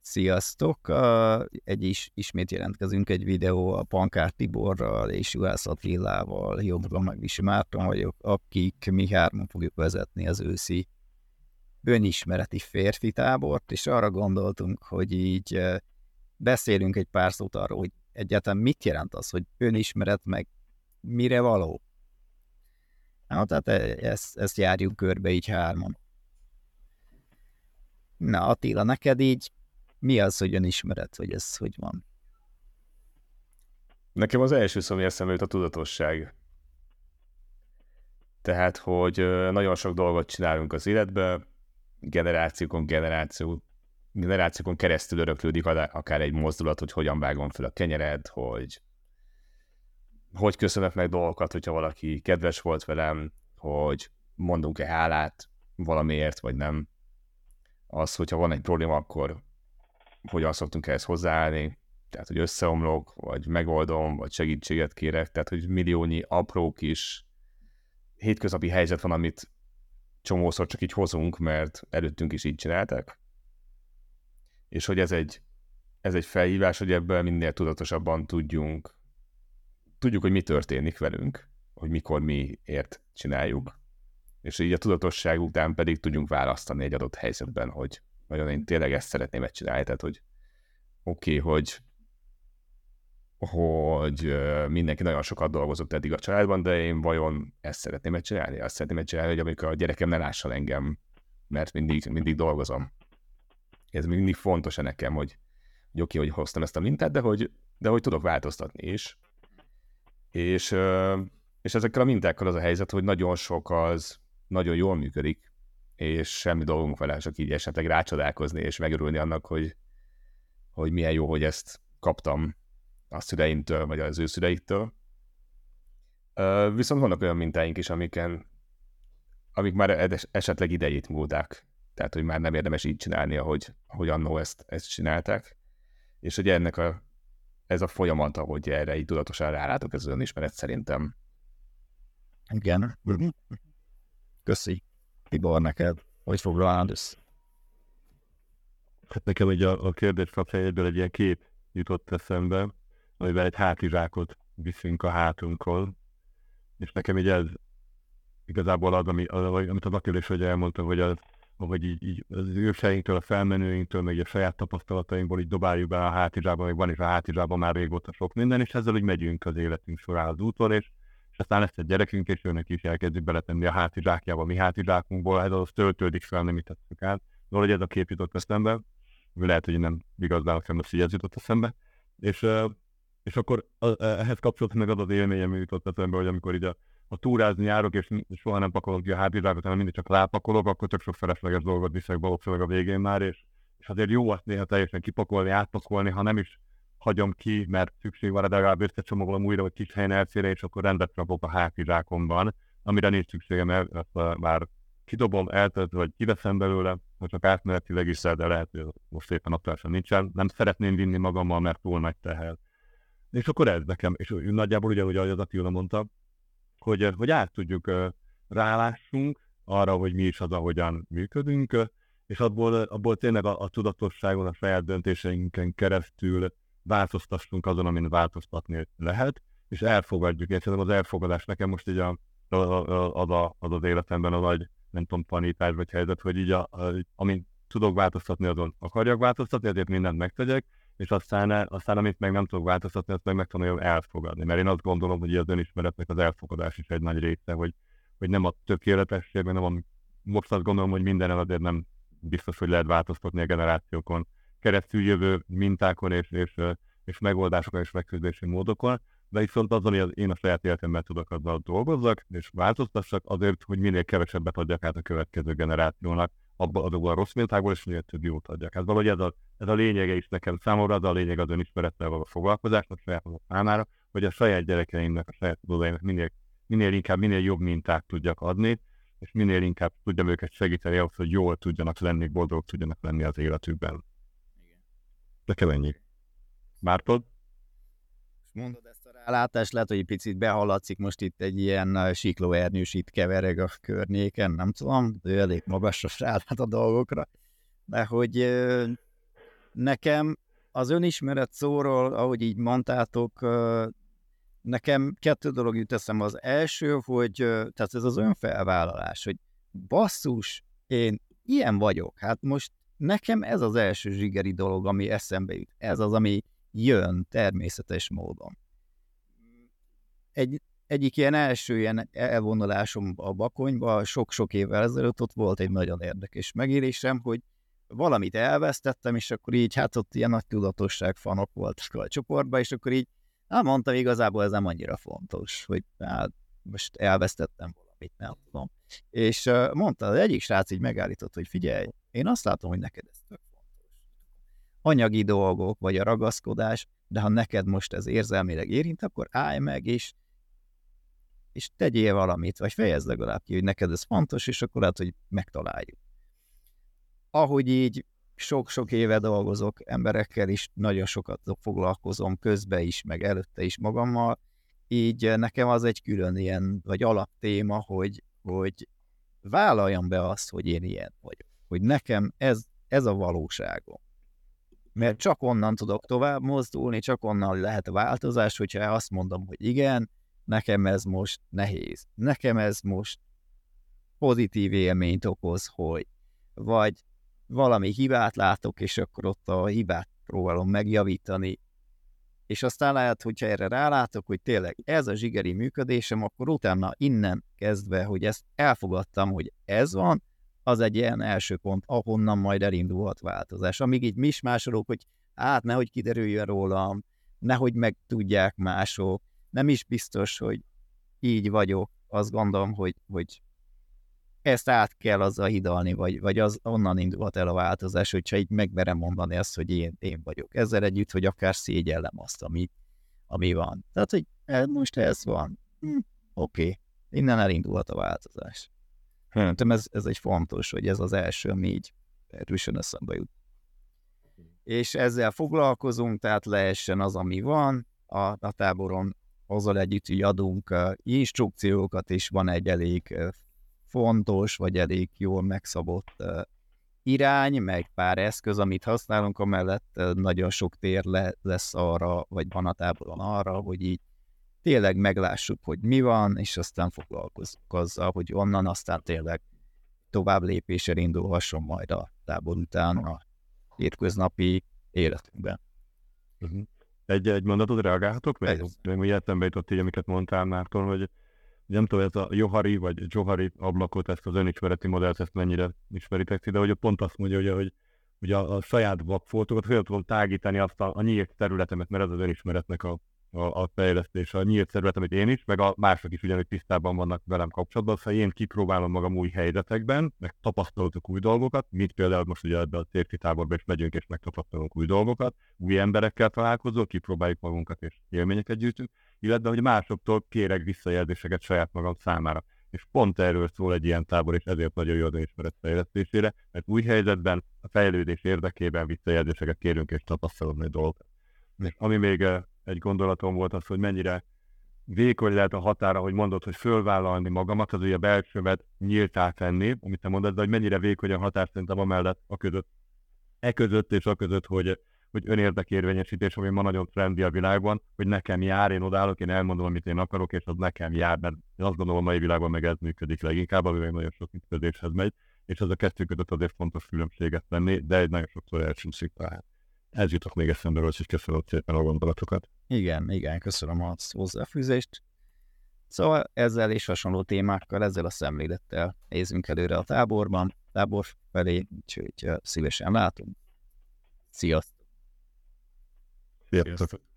Sziasztok! Ismét jelentkezünk egy videó a Pankár Tiborral és Juhász Attilával, jobbra meg Visi Márton vagyok, akik mi hárman fogjuk vezetni az őszi önismereti férfi tábort, és arra gondoltunk, hogy így beszélünk egy pár szót arról, hogy egyáltalán mit jelent az, hogy önismeret, meg mire való. Na, tehát ezt járjuk körbe így hárman. Na, Attila, neked így mi az, hogy önismeret, hogy ez hogy van? Nekem az első szó, ami eszembe jut, a tudatosság. Tehát, hogy nagyon sok dolgot csinálunk az életben, generációkon keresztül öröklődik akár egy mozdulat, hogy hogyan vágom fel a kenyered, hogy köszönök meg dolgokat, hogyha valaki kedves volt velem, hogy mondunk-e hálát valamiért, vagy nem. Az, hogyha van egy probléma, akkor hogyan szoktunk ehhez hozzáállni, tehát, hogy összeomlok, vagy megoldom, vagy segítséget kérek, tehát, hogy milliónyi apró kis hétköznapi helyzet van, amit csomószor csak így hozunk, mert előttünk is így csináltak. És hogy ez egy felhívás, hogy ebből minél tudatosabban tudjuk, hogy mi történik velünk, hogy mikor miért csináljuk. És így a tudatosság után pedig tudjunk választani egy adott helyzetben, hogy nagyon én tényleg ezt szeretném megcsinálni, tehát, hogy oké, hogy mindenki nagyon sokat dolgozott eddig a családban, de én vajon ezt szeretném megcsinálni? Azt szeretném megcsinálni, hogy amikor a gyerekem ne lásson engem, mert mindig dolgozom. Ez mindig fontos nekem, hogy oké, hogy hoztam ezt a mintát, de hogy tudok változtatni is. És ezekkel a mintákkal az a helyzet, hogy nagyon sok az nagyon jól működik, és semmi dolgunk vele, csak így esetleg rácsodálkozni, és megörülni annak, hogy milyen jó, hogy ezt kaptam a szüleimtől, vagy az ő szüleiktől. Viszont vannak olyan mintáink is, amik már esetleg idejét múlták. Tehát, hogy már nem érdemes így csinálni, ahogy annó ezt csinálták. És hogy ez a folyamat, hogy erre így tudatosan rálátok, ez önismeret szerintem. Igen. Köszi. Tibor, neked hogy foglalnád össze? Hát nekem a kérdés kapcsolatban egy ilyen kép jutott eszembe, amivel egy hátizsákot viszünk a hátunkon, és nekem így ez igazából az, amit az Attila is elmondta, hogy így az őseinktől, a felmenőinktől, meg a saját tapasztalatainkból így dobáljuk be a hátizsába, meg van is a hátizsában már régóta sok minden, és ezzel úgy megyünk az életünk során az úton, és aztán lesz egy gyerekünk, és őnek is elkezdjük beletenni a hátizsákjába, a mi hátizsákunkból, ez az töltődik fel, nem tettük át. Valahogy ez a kép jutott eszembe, lehet, hogy nem igazdálok sem, hogy ez jutott eszembe, és akkor ehhez kapcsolatban meg az élményem jutott eszembe, hogy amikor így a túrázni járok, és soha nem pakolok ki a hátizsákot, hanem mindig csak rápakolok, akkor csak sok felesleges dolgot viszek valószínűleg a végén már, és azért jó azt néha teljesen kipakolni, átpakolni, ha nem is hagyom ki, mert szükség van, de legalább összecsomagolom újra, hogy kis helyen elszére, és akkor rendet rakok a hátizsákomban, amire nincs szükségem, ezt már kidobom, eltöltöm, vagy kiveszem belőle, hogy csak átmenetileg is, de lehet, hogy most szépen aktuálisan nincsen. Nem szeretném vinni magammal, mert túl nagy teher. És akkor ez nekem, és nagyjából ugyanúgy, ahogy az Attila mondta, hogy át tudjuk rálássunk arra, hogy mi is az, ahogyan működünk, és abból tényleg a tudatosságon, a saját döntéseinken keresztül változtassunk azon, amin változtatni lehet, és elfogadjuk. Én szerintem az elfogadás nekem most így az életemben a nagy, nem tudom, tanítás vagy helyzet, hogy így amint tudok változtatni, azon akarjak változtatni, ezért mindent megtegyek, és aztán amit meg nem tudok változtatni, azt meg megtanuljam elfogadni. Mert én azt gondolom, hogy az önismeretnek az elfogadás is egy nagy része, hogy nem a tökéletesség, nem most azt gondolom, hogy mindenen azért nem biztos, hogy lehet változtatni a generációkon keresztül jövő mintákon és megoldásokon és megküzdési módokon, de viszont azon, hogy én a saját életemben tudok azzal dolgozzak, és változtassak azért, hogy minél kevesebbet adjak át a következő generációnak, azokból a rossz mintákból, és minél több jót adjak. Hát valahogy ez a lényege is nekem számomra, az a lényeg az önismerettel való foglalkozásnak saját számára, hogy a saját gyerekeimnek, a saját tudaimnak minél inkább, minél jobb mintát tudjak adni, és minél inkább tudjam őket segíteni ahhoz, hogy jól tudjanak lenni, boldogok tudjanak lenni az életükben. Nekem ennyi. Mártod? Mondod ezt a rálátást, lehet, hogy egy picit behaladszik, most itt egy ilyen siklóernyős itt kevereg a környéken, nem tudom, ő elég magasra rálát a dolgokra, de hogy nekem az önismeret szóról, ahogy így mondtátok, nekem 2 dolog jut eszembe. Az első, hogy tehát ez az önfelvállalás, hogy basszus, én ilyen vagyok. Hát most nekem ez az első zsigeri dolog, ami eszembe jut. Ez az, ami jön természetes módon. Egyik ilyen első ilyen elvonulásom a Bakonyba, sok-sok évvel ezelőtt ott volt egy nagyon érdekes megélésem, hogy valamit elvesztettem, és akkor így, hát ott ilyen nagy tudatosság fanok voltak a csoportban, és akkor így, mondtam, igazából ez nem annyira fontos, hogy hát most elvesztettem valamit, nem tudom. És mondta, az egyik srác így megállított, hogy figyelj, én azt látom, hogy neked ez tök fontos. Anyagi dolgok, vagy a ragaszkodás, de ha neked most ez érzelmileg érint, akkor állj meg, és tegyél valamit, vagy fejezd legalább ki, hogy neked ez fontos, és akkor lehet, hogy megtaláljuk. Ahogy így sok-sok éve dolgozok emberekkel is, nagyon sokat foglalkozom közben is, meg előtte is magammal, így nekem az egy külön ilyen, vagy alaptéma, hogy vállaljam be azt, hogy én ilyen vagyok. Hogy nekem ez a valóságom. Mert csak onnan tudok tovább mozdulni, csak onnan lehet a változás, hogyha azt mondom, hogy igen, nekem ez most nehéz. Nekem ez most pozitív élményt okoz, hogy vagy valami hibát látok, és akkor ott a hibát próbálom megjavítani, és aztán lehet, hogyha erre rálátok, hogy tényleg ez a zsigeri működésem, akkor utána innen kezdve, hogy ezt elfogadtam, hogy ez van, az egy ilyen első pont, ahonnan majd elindulhat változás. Amíg így mismásolok, hogy hát nehogy kiderüljön rólam, nehogy megtudják mások, nem is biztos, hogy így vagyok, azt gondolom, hogy ezt át kell azzal hidalni, vagy az onnan indulhat el a változás, hogyha így megmerem mondani azt, hogy én vagyok. Ezzel együtt, hogy akár szégyellem azt, ami van. Tehát, hogy most ez van. Oké. Innen elindulhat a változás. Szerintem ez egy fontos, hogy ez az első, ami így erősen eszembe jut. És ezzel foglalkozunk, tehát lehessen az, ami van a táboron, azzal együtt így adunk instrukciókat, és van egy elég fontos, vagy elég jól megszabott irány, meg pár eszköz, amit használunk, amellett nagyon sok tér lesz arra, vagy van a táboron arra, hogy így tényleg meglássuk, hogy mi van, és aztán foglalkozunk azzal, hogy onnan aztán tényleg tovább lépésre indulhasson majd a tábor után a hétköznapi életünkben. Egy mondatot reagálhatok? Mert úgy eszembe jutott így, amiket mondtál, Márton, hogy nem tudom, ez a Johari vagy Johari ablakot, ezt az önismereti modellt, ezt mennyire ismeritek, de hogy pont azt mondja, hogy a saját vakfoltokat fel tudom tágítani azt a nyílt területemet, mert ez az önismeretnek a fejlesztés, a nyílt területemet én is, meg a mások is ugyanúgy tisztában vannak velem kapcsolatban, szóval én kipróbálom magam új helyzetekben, meg tapasztalok új dolgokat, mint például most ugye ebbe a térfi táborba is megyünk, és megtapasztalunk új dolgokat, új emberekkel találkozunk, kipróbáljuk magunkat és élményeket gyűjtünk, illetve hogy másoktól kérek visszajelzéseket saját magam számára. És pont erről szól egy ilyen tábor, és ezért nagyon jó az önismeret fejlesztésére, mert új helyzetben a fejlődés érdekében visszajelzéseket kérünk és tapasztalunk egy dolgokat. És ami még egy gondolatom volt az, hogy mennyire vékony lehet a határa, hogy mondod, hogy fölvállalni magamat, az ugye a belsőmet nyíltá tenni, amit te mondod, de hogy mennyire vékony a határ szerintem amellett között és a között, hogy önérdekérvényesítés, ami ma nagyon trendi a világban, hogy nekem jár, én odállok, én elmondom, amit én akarok, és az nekem jár, mert én azt gondolom, a mai világban meg ez működik leginkább, ami nagyon sok működéshez megy, és az a kettő között azért fontos különbséget tenni, de egy nagyon sokszor elcsúszik tehát. Ez jutok még eszembe, és köszönöm szépen a gondolatokat. Igen, köszönöm a hozzáfűzést. Szóval ezzel és hasonló témákkal, ezzel a szemlélettel nézzünk előre a tábor felé, úgyhogy szívesen látunk. Sziasztok! Sziasztok!